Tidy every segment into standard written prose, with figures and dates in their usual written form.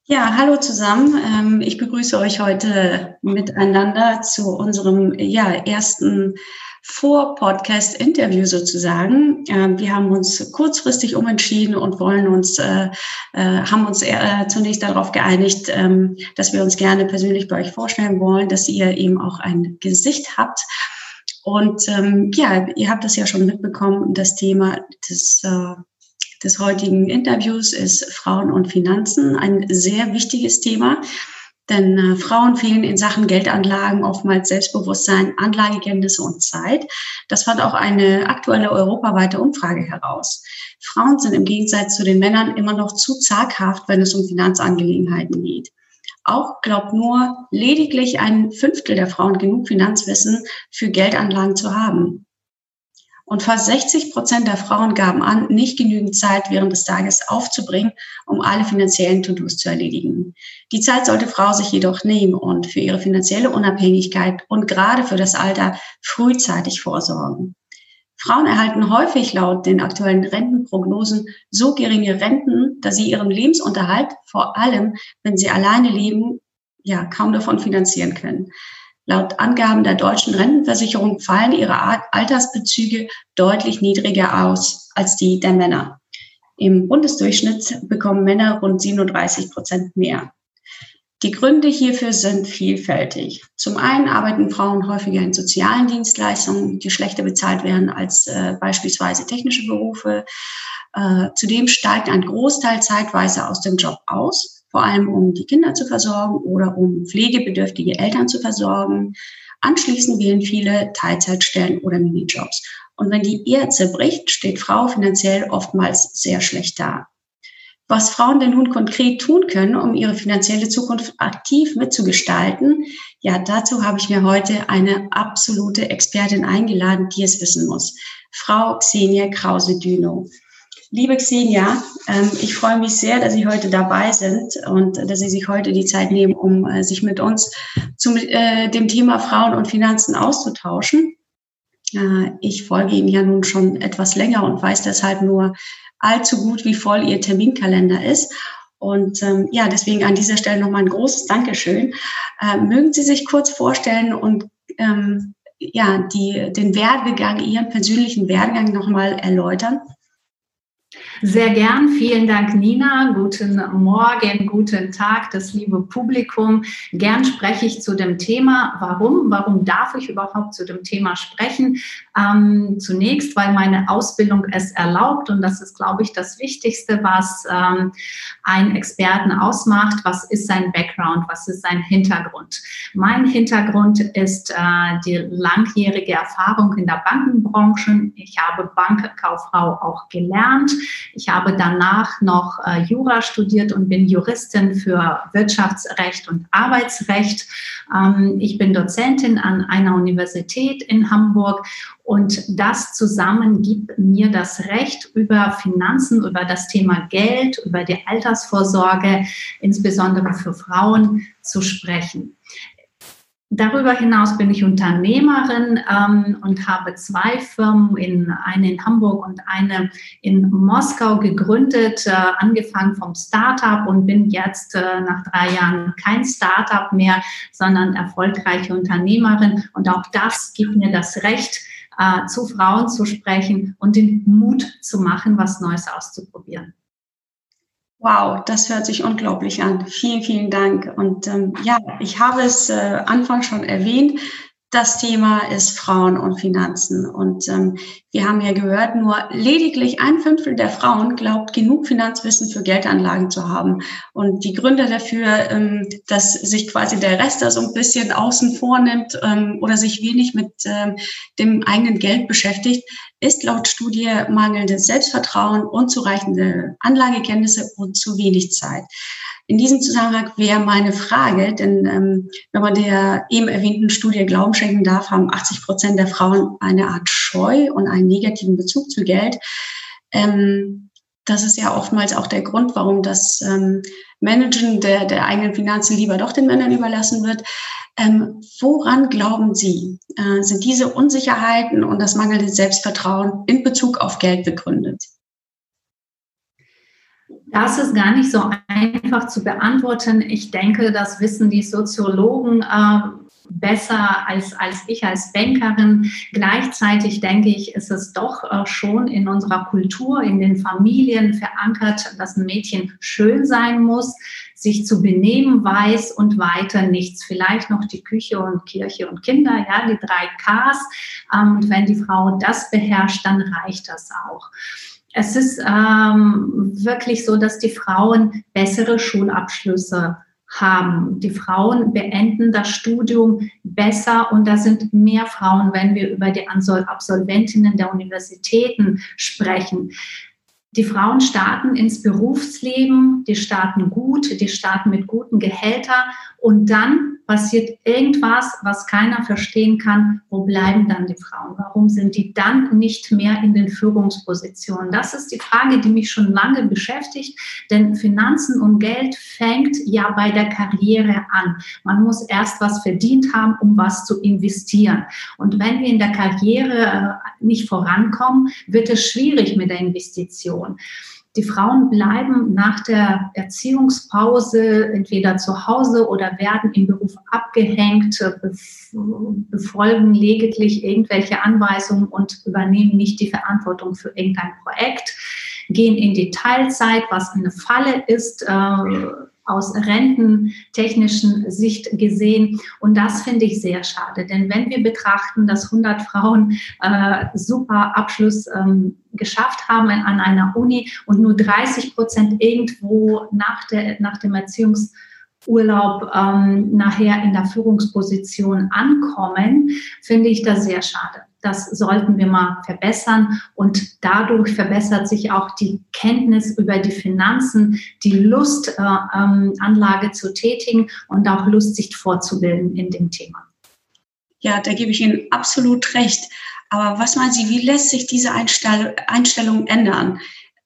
Ja, hallo zusammen. Ich begrüße euch heute miteinander zu unserem ersten Vor-Podcast-Interview sozusagen. Wir haben uns kurzfristig umentschieden und haben uns zunächst darauf geeinigt, dass wir uns gerne persönlich bei euch vorstellen wollen, dass ihr eben auch ein Gesicht habt. Und ihr habt das ja schon mitbekommen, das Thema des heutigen Interviews ist Frauen und Finanzen, ein sehr wichtiges Thema, denn Frauen fehlen in Sachen Geldanlagen oftmals Selbstbewusstsein, Anlagekenntnisse und Zeit. Das fand auch eine aktuelle europaweite Umfrage heraus. Frauen sind im Gegensatz zu den Männern immer noch zu zaghaft, wenn es um Finanzangelegenheiten geht. Auch glaubt nur lediglich 1/5 der Frauen genug Finanzwissen für Geldanlagen zu haben. Und fast 60% der Frauen gaben an, nicht genügend Zeit während des Tages aufzubringen, um alle finanziellen To-Dos zu erledigen. Die Zeit sollte Frau sich jedoch nehmen und für ihre finanzielle Unabhängigkeit und gerade für das Alter frühzeitig vorsorgen. Frauen erhalten häufig laut den aktuellen Rentenprognosen so geringe Renten, dass sie ihren Lebensunterhalt, vor allem wenn sie alleine leben, kaum davon finanzieren können. Laut Angaben der deutschen Rentenversicherung fallen ihre Altersbezüge deutlich niedriger aus als die der Männer. Im Bundesdurchschnitt bekommen Männer rund 37% mehr. Die Gründe hierfür sind vielfältig. Zum einen arbeiten Frauen häufiger in sozialen Dienstleistungen, die schlechter bezahlt werden als beispielsweise technische Berufe. Zudem steigt ein Großteil zeitweise aus dem Job aus, vor allem um die Kinder zu versorgen oder um pflegebedürftige Eltern zu versorgen. Anschließend wählen viele Teilzeitstellen oder Minijobs. Und wenn die Ehe zerbricht, steht Frau finanziell oftmals sehr schlecht da. Was Frauen denn nun konkret tun können, um ihre finanzielle Zukunft aktiv mitzugestalten, dazu habe ich mir heute eine absolute Expertin eingeladen, die es wissen muss. Frau Xenia Krause-Dünow. Liebe Xenia, ich freue mich sehr, dass Sie heute dabei sind und dass Sie sich heute die Zeit nehmen, um sich mit uns zu dem Thema Frauen und Finanzen auszutauschen. Ich folge Ihnen ja nun schon etwas länger und weiß deshalb nur allzu gut, wie voll Ihr Terminkalender ist. Und deswegen an dieser Stelle nochmal ein großes Dankeschön. Mögen Sie sich kurz vorstellen und den Werdegang, Ihren persönlichen Werdegang nochmal erläutern? Sehr gern. Vielen Dank, Nina. Guten Morgen, guten Tag, das liebe Publikum. Gern spreche ich zu dem Thema. Warum? Warum darf ich überhaupt zu dem Thema sprechen? Zunächst, weil meine Ausbildung es erlaubt und das ist, glaube ich, das Wichtigste, was einen Experten ausmacht. Was ist sein Background? Was ist sein Hintergrund? Mein Hintergrund ist die langjährige Erfahrung in der Bankenbranche. Ich habe Bankkauffrau auch gelernt. Ich habe danach noch Jura studiert und bin Juristin für Wirtschaftsrecht und Arbeitsrecht. Ich bin Dozentin an einer Universität in Hamburg und das zusammen gibt mir das Recht, über Finanzen, über das Thema Geld, über die Altersvorsorge, insbesondere für Frauen, zu sprechen. Darüber hinaus bin ich Unternehmerin und habe 2 Firmen, eine in Hamburg und eine in Moskau gegründet, angefangen vom Startup und bin jetzt nach 3 Jahren kein Startup mehr, sondern erfolgreiche Unternehmerin. Und auch das gibt mir das Recht, zu Frauen zu sprechen und den Mut zu machen, was Neues auszuprobieren. Wow, das hört sich unglaublich an. Vielen, vielen Dank. Und ich habe es anfangs schon erwähnt, das Thema ist Frauen und Finanzen. Und wir haben ja gehört, nur lediglich 1/5 der Frauen glaubt, genug Finanzwissen für Geldanlagen zu haben. Und die Gründe dafür, dass sich quasi der Rest da so ein bisschen außen vor nimmt oder sich wenig mit dem eigenen Geld beschäftigt, ist laut Studie mangelndes Selbstvertrauen, unzureichende Anlagekenntnisse und zu wenig Zeit. In diesem Zusammenhang wäre meine Frage, denn wenn man der eben erwähnten Studie Glauben schenken darf, haben 80% der Frauen eine Art Scheu und einen negativen Bezug zu Geld. Das ist ja oftmals auch der Grund, warum das Managen der eigenen Finanzen lieber doch den Männern überlassen wird. Woran glauben Sie, sind diese Unsicherheiten und das mangelnde Selbstvertrauen in Bezug auf Geld begründet? Das ist gar nicht so einfach zu beantworten. Ich denke, das wissen die Soziologen besser als ich als Bankerin. Gleichzeitig denke ich, ist es doch schon in unserer Kultur, in den Familien verankert, dass ein Mädchen schön sein muss, sich zu benehmen weiß und weiter nichts. Vielleicht noch die Küche und Kirche und Kinder, ja, die 3 Ks. Und wenn die Frau das beherrscht, dann reicht das auch. Es ist wirklich so, dass die Frauen bessere Schulabschlüsse haben. Die Frauen beenden das Studium besser und da sind mehr Frauen, wenn wir über die Absolventinnen der Universitäten sprechen. Die Frauen starten ins Berufsleben, die starten gut, die starten mit guten Gehältern und dann passiert irgendwas, was keiner verstehen kann. Wo bleiben dann die Frauen? Warum sind die dann nicht mehr in den Führungspositionen? Das ist die Frage, die mich schon lange beschäftigt, denn Finanzen und Geld fängt ja bei der Karriere an. Man muss erst was verdient haben, um was zu investieren. Und wenn wir in der Karriere nicht vorankommen, wird es schwierig mit der Investition. Die Frauen bleiben nach der Erziehungspause entweder zu Hause oder werden im Beruf abgehängt, befolgen lediglich irgendwelche Anweisungen und übernehmen nicht die Verantwortung für irgendein Projekt, gehen in die Teilzeit, was eine Falle ist, aus rententechnischen Sicht gesehen. Und das finde ich sehr schade. Denn wenn wir betrachten, dass 100 Frauen super Abschluss geschafft haben an einer Uni und nur 30% irgendwo nach dem Erziehungsurlaub nachher in der Führungsposition ankommen, finde ich das sehr schade. Das sollten wir mal verbessern und dadurch verbessert sich auch die Kenntnis über die Finanzen, die Lust, Anlage zu tätigen und auch Lust, sich fortzubilden in dem Thema. Ja, da gebe ich Ihnen absolut recht. Aber was meinen Sie, wie lässt sich diese Einstellung ändern?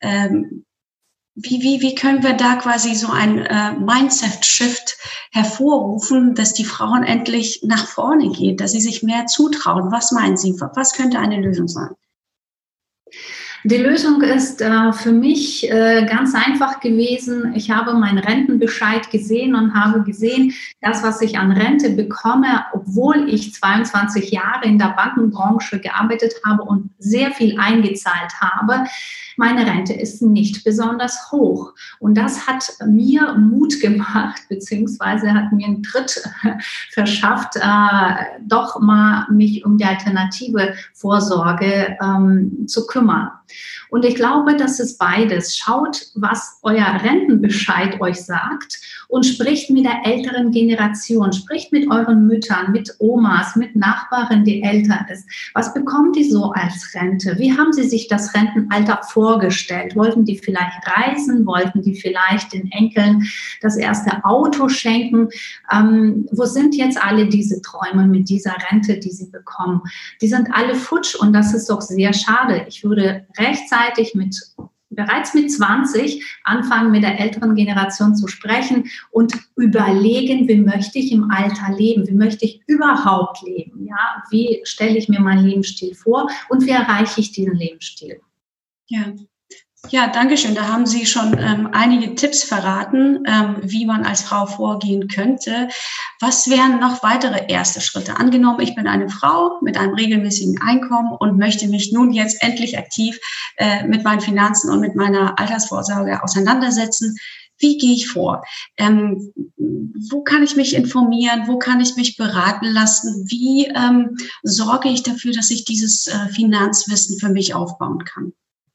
Wie können wir da quasi so ein Mindset-Shift hervorrufen, dass die Frauen endlich nach vorne gehen, dass sie sich mehr zutrauen? Was meinen Sie? Was könnte eine Lösung sein? Die Lösung ist für mich ganz einfach gewesen. Ich habe meinen Rentenbescheid gesehen und habe gesehen, das, was ich an Rente bekomme, obwohl ich 22 Jahre in der Bankenbranche gearbeitet habe und sehr viel eingezahlt habe, meine Rente ist nicht besonders hoch. Und das hat mir Mut gemacht, beziehungsweise hat mir einen Tritt verschafft, doch mal mich um die alternative Vorsorge zu kümmern. Und ich glaube, das ist beides. Schaut, was euer Rentenbescheid euch sagt und spricht mit der älteren Generation, spricht mit euren Müttern, mit Omas, mit Nachbarn, die älter ist. Was bekommt die so als Rente? Wie haben sie sich das Rentenalter vorgestellt? Wollten die vielleicht reisen? Wollten die vielleicht den Enkeln das erste Auto schenken? Wo sind jetzt alle diese Träume mit dieser Rente, die sie bekommen? Die sind alle futsch und das ist doch sehr schade. Ich würde rechtzeitig bereits mit 20 anfangen, mit der älteren Generation zu sprechen und überlegen, wie möchte ich im Alter leben? Wie möchte ich überhaupt leben? Ja, wie stelle ich mir meinen Lebensstil vor und wie erreiche ich diesen Lebensstil? Ja, danke schön. Da haben Sie schon einige Tipps verraten, wie man als Frau vorgehen könnte. Was wären noch weitere erste Schritte? Angenommen, ich bin eine Frau mit einem regelmäßigen Einkommen und möchte mich nun jetzt endlich aktiv mit meinen Finanzen und mit meiner Altersvorsorge auseinandersetzen. Wie gehe ich vor? Wo kann ich mich informieren? Wo kann ich mich beraten lassen? Wie sorge ich dafür, dass ich dieses Finanzwissen für mich aufbauen kann?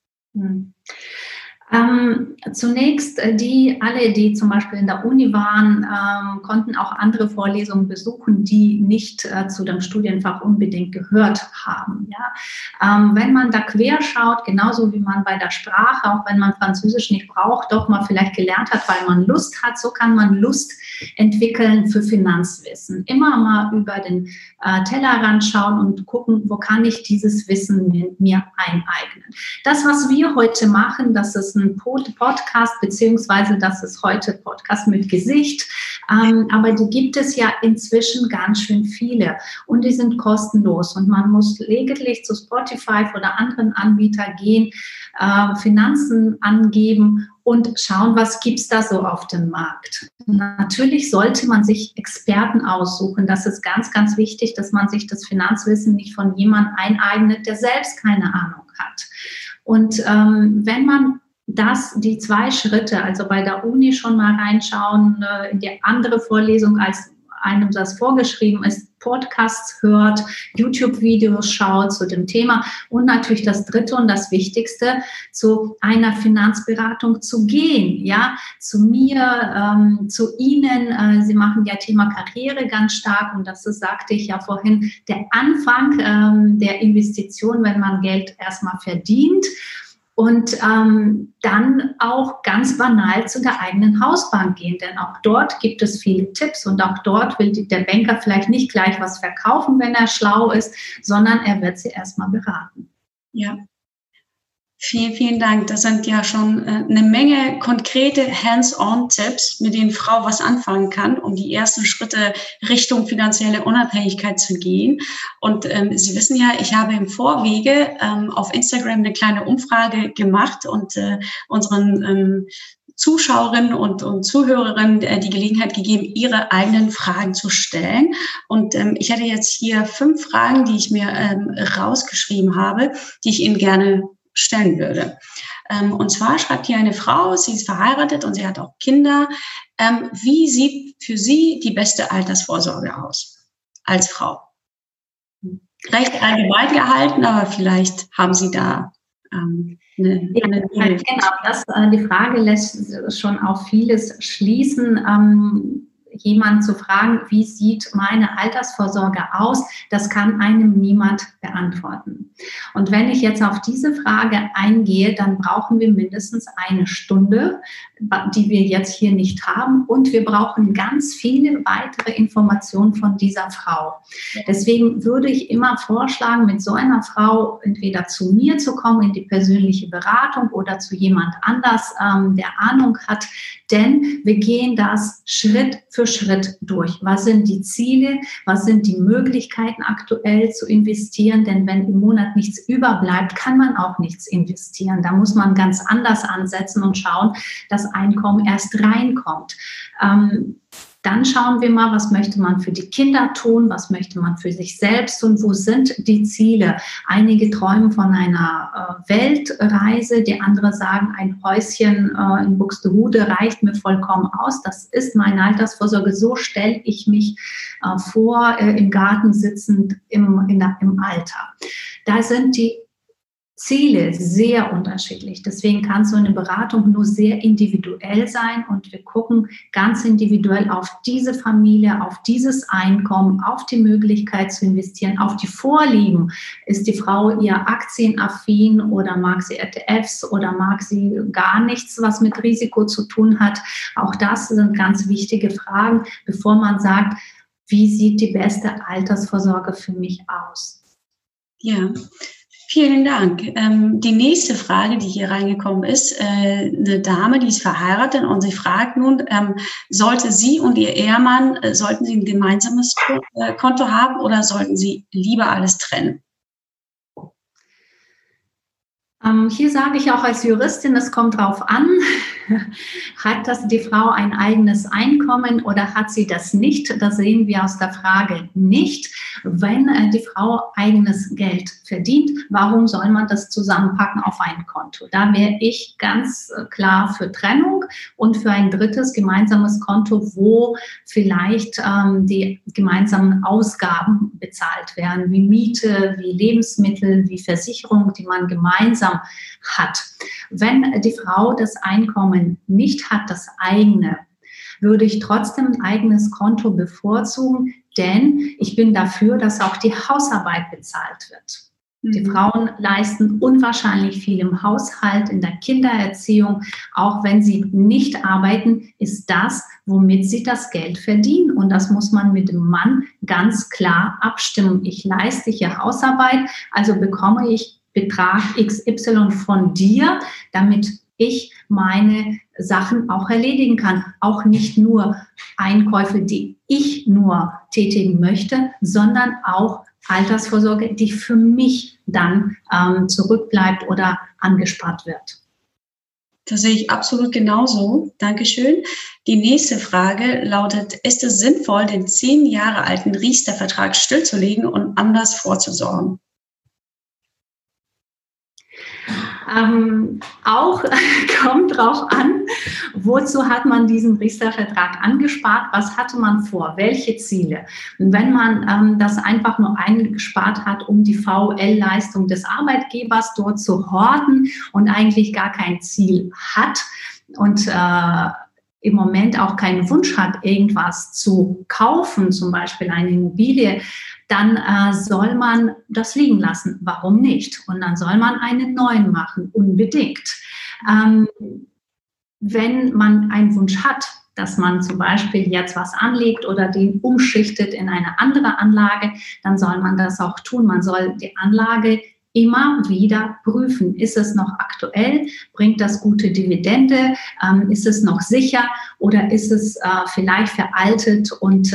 Zunächst, alle, die zum Beispiel in der Uni waren, konnten auch andere Vorlesungen besuchen, die nicht zu dem Studienfach unbedingt gehört haben. Ja? Wenn man da quer schaut, genauso wie man bei der Sprache, auch wenn man Französisch nicht braucht, doch mal vielleicht gelernt hat, weil man Lust hat, so kann man Lust entwickeln für Finanzwissen. Immer mal über den Tellerrand schauen und gucken, wo kann ich dieses Wissen mir eineignen. Das, was wir heute machen, das ist ein Podcast, beziehungsweise das ist heute Podcast mit Gesicht, aber die gibt es ja inzwischen ganz schön viele und die sind kostenlos und man muss lediglich zu Spotify oder anderen Anbietern gehen, Finanzen angeben und schauen, was gibt es da so auf dem Markt. Natürlich sollte man sich Experten aussuchen. Das ist ganz, ganz wichtig, dass man sich das Finanzwissen nicht von jemandem eineignet, der selbst keine Ahnung hat. Und wenn man die 2 Schritte, also bei der Uni schon mal reinschauen, in die andere Vorlesung, als einem das vorgeschrieben ist, Podcasts hört, YouTube-Videos schaut zu dem Thema und natürlich das Dritte und das Wichtigste, zu einer Finanzberatung zu gehen, ja, zu mir, zu Ihnen. Sie machen ja Thema Karriere ganz stark und das ist, sagte ich ja vorhin, der Anfang der Investition, wenn man Geld erstmal verdient. Und dann auch ganz banal zu der eigenen Hausbank gehen, denn auch dort gibt es viele Tipps und auch dort will der Banker vielleicht nicht gleich was verkaufen, wenn er schlau ist, sondern er wird sie erstmal beraten. Ja. Vielen, vielen Dank. Das sind ja schon eine Menge konkrete Hands-on-Tipps, mit denen Frau was anfangen kann, um die ersten Schritte Richtung finanzielle Unabhängigkeit zu gehen. Und Sie wissen ja, ich habe im Vorwege auf Instagram eine kleine Umfrage gemacht und unseren Zuschauerinnen und Zuhörerinnen die Gelegenheit gegeben, ihre eigenen Fragen zu stellen. Und ich hätte jetzt hier 5 Fragen, die ich mir rausgeschrieben habe, die ich Ihnen gerne stellen würde. Und zwar schreibt hier eine Frau, sie ist verheiratet und sie hat auch Kinder. Wie sieht für Sie die beste Altersvorsorge aus als Frau? Recht allgemein gehalten, aber vielleicht haben Sie da eine genau. Die Frage lässt schon auf vieles schließen. Jemand zu fragen, wie sieht meine Altersvorsorge aus, das kann einem niemand beantworten. Und wenn ich jetzt auf diese Frage eingehe, dann brauchen wir mindestens 1 Stunde, die wir jetzt hier nicht haben. Und wir brauchen ganz viele weitere Informationen von dieser Frau. Deswegen würde ich immer vorschlagen, mit so einer Frau entweder zu mir zu kommen in die persönliche Beratung oder zu jemand anders, der Ahnung hat. Denn wir gehen das Schritt für Schritt durch. Was sind die Ziele? Was sind die Möglichkeiten aktuell zu investieren? Denn wenn im Monat nichts überbleibt, kann man auch nichts investieren. Da muss man ganz anders ansetzen und schauen, dass Einkommen erst reinkommt. Dann schauen wir mal, was möchte man für die Kinder tun, was möchte man für sich selbst und wo sind die Ziele. Einige träumen von einer Weltreise, die andere sagen, ein Häuschen in Buxtehude reicht mir vollkommen aus. Das ist meine Altersvorsorge, so stelle ich mich vor, im Garten sitzend im Alter. Da sind die Ziele sehr unterschiedlich. Deswegen kann so eine Beratung nur sehr individuell sein und wir gucken ganz individuell auf diese Familie, auf dieses Einkommen, auf die Möglichkeit zu investieren, auf die Vorlieben. Ist die Frau eher aktienaffin oder mag sie ETFs oder mag sie gar nichts, was mit Risiko zu tun hat? Auch das sind ganz wichtige Fragen, bevor man sagt, wie sieht die beste Altersvorsorge für mich aus? Ja. Vielen Dank. Die nächste Frage, die hier reingekommen ist, eine Dame, die ist verheiratet und sie fragt nun, sollte sie und ihr Ehemann, sollten sie ein gemeinsames Konto haben oder sollten sie lieber alles trennen? Hier sage ich auch als Juristin, es kommt drauf an, hat die Frau ein eigenes Einkommen oder hat sie das nicht? Das sehen wir aus der Frage nicht. Wenn die Frau eigenes Geld verdient, warum soll man das zusammenpacken auf ein Konto? Da wäre ich ganz klar für Trennung und für ein drittes gemeinsames Konto, wo vielleicht die gemeinsamen Ausgaben bezahlt werden, wie Miete, wie Lebensmittel, wie Versicherung, die man gemeinsam hat. Wenn die Frau das Einkommen nicht hat, das eigene, würde ich trotzdem ein eigenes Konto bevorzugen, denn ich bin dafür, dass auch die Hausarbeit bezahlt wird. Die Frauen leisten unwahrscheinlich viel im Haushalt, in der Kindererziehung. Auch wenn sie nicht arbeiten, ist das, womit sie das Geld verdienen. Und das muss man mit dem Mann ganz klar abstimmen. Ich leiste hier Hausarbeit, also bekomme ich Betrag XY von dir, damit ich meine Sachen auch erledigen kann. Auch nicht nur Einkäufe, die ich nur tätigen möchte, sondern auch Altersvorsorge, die für mich dann zurückbleibt oder angespart wird. Das sehe ich absolut genauso. Dankeschön. Die nächste Frage lautet, ist es sinnvoll, den 10 Jahre alten Riester-Vertrag stillzulegen und anders vorzusorgen? Auch kommt drauf an, wozu hat man diesen Riester-Vertrag angespart, was hatte man vor, welche Ziele. Und wenn man das einfach nur eingespart hat, um die VL-Leistung des Arbeitgebers dort zu horten und eigentlich gar kein Ziel hat und im Moment auch keinen Wunsch hat, irgendwas zu kaufen, zum Beispiel eine Immobilie, dann soll man das liegen lassen. Warum nicht? Und dann soll man einen neuen machen, unbedingt. Wenn man einen Wunsch hat, dass man zum Beispiel jetzt was anlegt oder den umschichtet in eine andere Anlage, dann soll man das auch tun. Man soll die Anlage immer wieder prüfen. Ist es noch aktuell? Bringt das gute Dividende? Ist es noch sicher? Oder ist es vielleicht veraltet und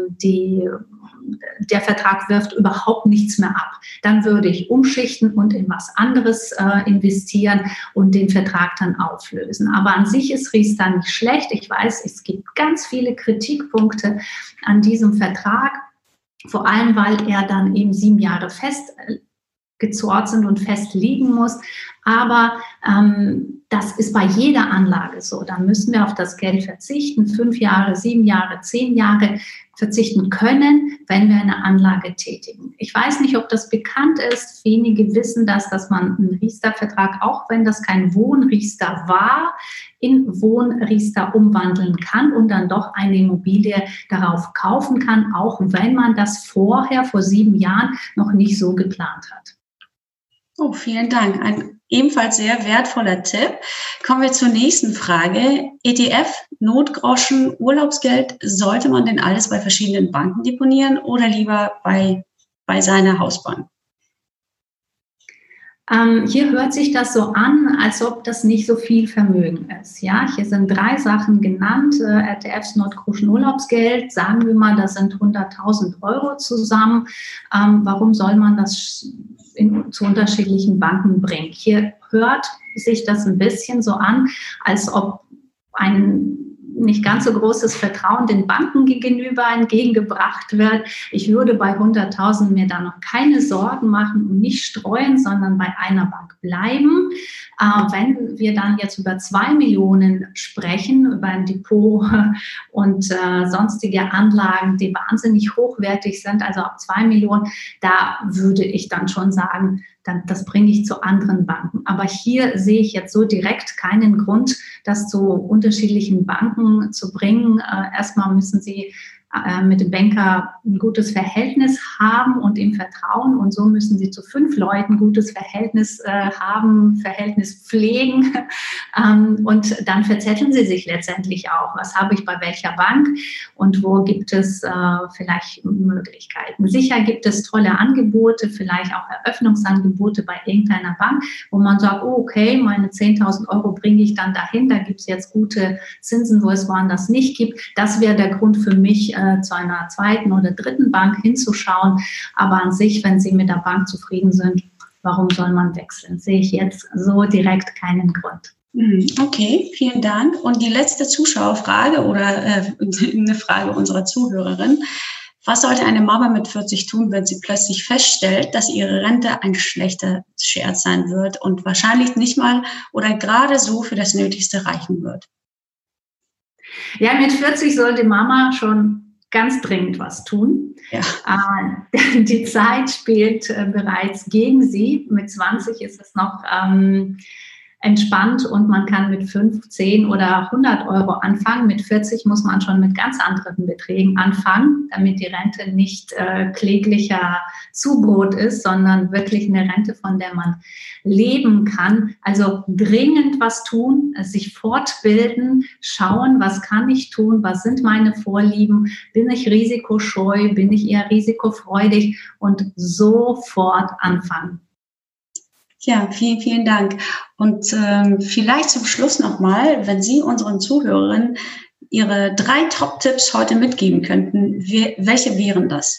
der Vertrag wirft überhaupt nichts mehr ab? Dann würde ich umschichten und in was anderes investieren und den Vertrag dann auflösen. Aber an sich ist Riester nicht schlecht. Ich weiß, es gibt ganz viele Kritikpunkte an diesem Vertrag, vor allem, weil er dann eben 7 Jahre festgezurrt sind und fest liegen muss. Aber das ist bei jeder Anlage so. Dann müssen wir auf das Geld verzichten, 5 Jahre, 7 Jahre, 10 Jahre verzichten können, wenn wir eine Anlage tätigen. Ich weiß nicht, ob das bekannt ist. Wenige wissen das, dass man einen Riester-Vertrag, auch wenn das kein Wohnriester war, in Wohnriester umwandeln kann und dann doch eine Immobilie darauf kaufen kann, auch wenn man das vorher, vor 7 Jahren, noch nicht so geplant hat. Oh, vielen Dank. Ein ebenfalls sehr wertvoller Tipp. Kommen wir zur nächsten Frage. ETF, Notgroschen, Urlaubsgeld, sollte man denn alles bei verschiedenen Banken deponieren oder lieber bei seiner Hausbank? Hier hört sich das so an, als ob das nicht so viel Vermögen ist. Ja, hier sind 3 Sachen genannt. ETFs, Notgroschen, Urlaubsgeld. Sagen wir mal, das sind 100.000 € zusammen. Warum soll man das zu unterschiedlichen Banken bringen? Hier hört sich das ein bisschen so an, als ob ein nicht ganz so großes Vertrauen den Banken gegenüber entgegengebracht wird. Ich würde bei 100.000 mir da noch keine Sorgen machen und nicht streuen, sondern bei einer Bank bleiben. Wenn wir dann jetzt über 2 Millionen sprechen, über ein Depot und sonstige Anlagen, die wahnsinnig hochwertig sind, also ab 2 Millionen, da würde ich dann schon sagen, das bringe ich zu anderen Banken. Aber hier sehe ich jetzt so direkt keinen Grund, das zu unterschiedlichen Banken zu bringen. Erstmal müssen Sie mit dem Banker ein gutes Verhältnis haben und ihm vertrauen. Und so müssen Sie zu 5 Leuten ein gutes Verhältnis haben, Verhältnis pflegen. Und dann verzetteln Sie sich letztendlich auch. Was habe ich bei welcher Bank und wo gibt es vielleicht Möglichkeiten? Sicher gibt es tolle Angebote, vielleicht auch Eröffnungsangebote bei irgendeiner Bank, wo man sagt, oh, okay, meine 10.000 € bringe ich dann dahin. Da gibt es jetzt gute Zinsen, wo es woanders nicht gibt. Das wäre der Grund für mich, zu einer zweiten oder dritten Bank hinzuschauen. Aber an sich, wenn Sie mit der Bank zufrieden sind, warum soll man wechseln? Sehe ich jetzt so direkt keinen Grund. Okay, vielen Dank. Und die letzte Zuschauerfrage oder eine Frage unserer Zuhörerin. Was sollte eine Mama mit 40 tun, wenn sie plötzlich feststellt, dass ihre Rente ein schlechter Scherz sein wird und wahrscheinlich nicht mal oder gerade so für das Nötigste reichen wird? Ja, mit 40 sollte Mama schon ganz dringend was tun. Ja. Die Zeit spielt bereits gegen sie. Mit 20 ist es noch entspannt und man kann mit 5, 10 oder 100 € anfangen. Mit 40 muss man schon mit ganz anderen Beträgen anfangen, damit die Rente nicht kläglicher Zubrot ist, sondern wirklich eine Rente, von der man leben kann. Also dringend was tun, sich fortbilden, schauen, was kann ich tun, was sind meine Vorlieben, bin ich risikoscheu, bin ich eher risikofreudig und sofort anfangen. Ja, vielen, vielen Dank. Und vielleicht zum Schluss nochmal, wenn Sie unseren Zuhörerinnen Ihre 3 Top-Tipps heute mitgeben könnten, welche wären das?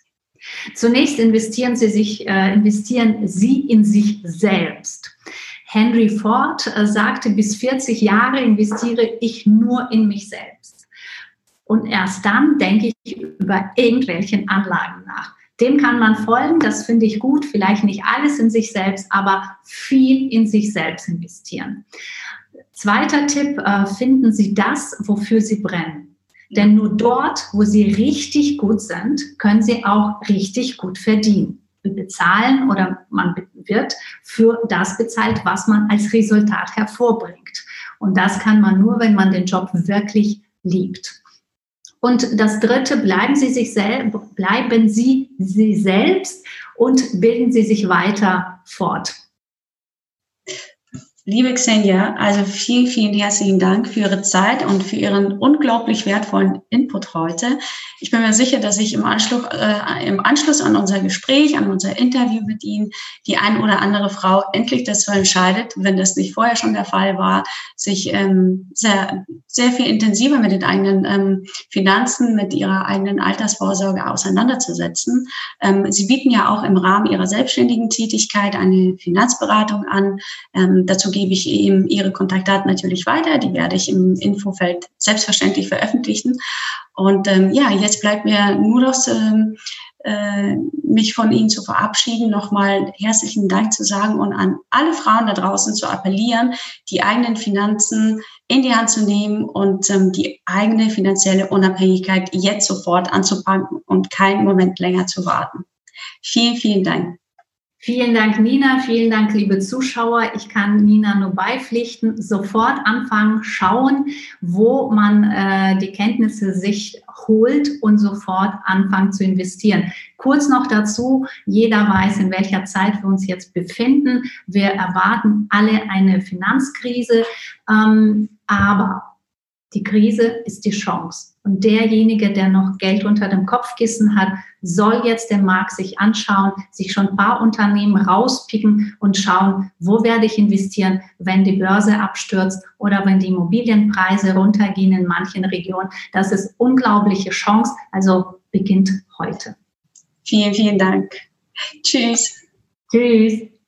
Zunächst investieren Sie in sich selbst. Henry Ford sagte, bis 40 Jahre investiere ich nur in mich selbst. Und erst dann denke ich über irgendwelchen Anlagen nach. Dem kann man folgen, das finde ich gut, vielleicht nicht alles in sich selbst, aber viel in sich selbst investieren. Zweiter Tipp, finden Sie das, wofür Sie brennen. Denn nur dort, wo Sie richtig gut sind, können Sie auch richtig gut verdienen. Bezahlen oder man wird für das bezahlt, was man als Resultat hervorbringt. Und das kann man nur, wenn man den Job wirklich liebt. Und das Dritte, bleiben Sie selbst und bilden Sie sich weiter fort. Liebe Xenia, also vielen, vielen herzlichen Dank für Ihre Zeit und für Ihren unglaublich wertvollen Input heute. Ich bin mir sicher, dass ich im Anschluss an unser Gespräch, an unser Interview mit Ihnen, die ein oder andere Frau endlich dazu entscheidet, wenn das nicht vorher schon der Fall war, sich sehr, sehr viel intensiver mit den eigenen Finanzen, mit ihrer eigenen Altersvorsorge auseinanderzusetzen. Sie bieten ja auch im Rahmen Ihrer selbstständigen Tätigkeit eine Finanzberatung an. Dazu gebe ich ihm Ihre Kontaktdaten natürlich weiter. Die werde ich im Infofeld selbstverständlich veröffentlichen. Und jetzt bleibt mir nur noch mich von Ihnen zu verabschieden, nochmal herzlichen Dank zu sagen und an alle Frauen da draußen zu appellieren, die eigenen Finanzen in die Hand zu nehmen und die eigene finanzielle Unabhängigkeit jetzt sofort anzupacken und keinen Moment länger zu warten. Vielen, vielen Dank. Vielen Dank, Nina. Vielen Dank, liebe Zuschauer. Ich kann Nina nur beipflichten. Sofort anfangen, schauen, wo man die Kenntnisse sich holt und sofort anfangen zu investieren. Kurz noch dazu, jeder weiß, in welcher Zeit wir uns jetzt befinden. Wir erwarten alle eine Finanzkrise, aber die Krise ist die Chance. Und derjenige, der noch Geld unter dem Kopfkissen hat, soll jetzt den Markt sich anschauen, sich schon ein paar Unternehmen rauspicken und schauen, wo werde ich investieren, wenn die Börse abstürzt oder wenn die Immobilienpreise runtergehen in manchen Regionen. Das ist unglaubliche Chance, also beginnt heute. Vielen, vielen Dank. Tschüss. Tschüss.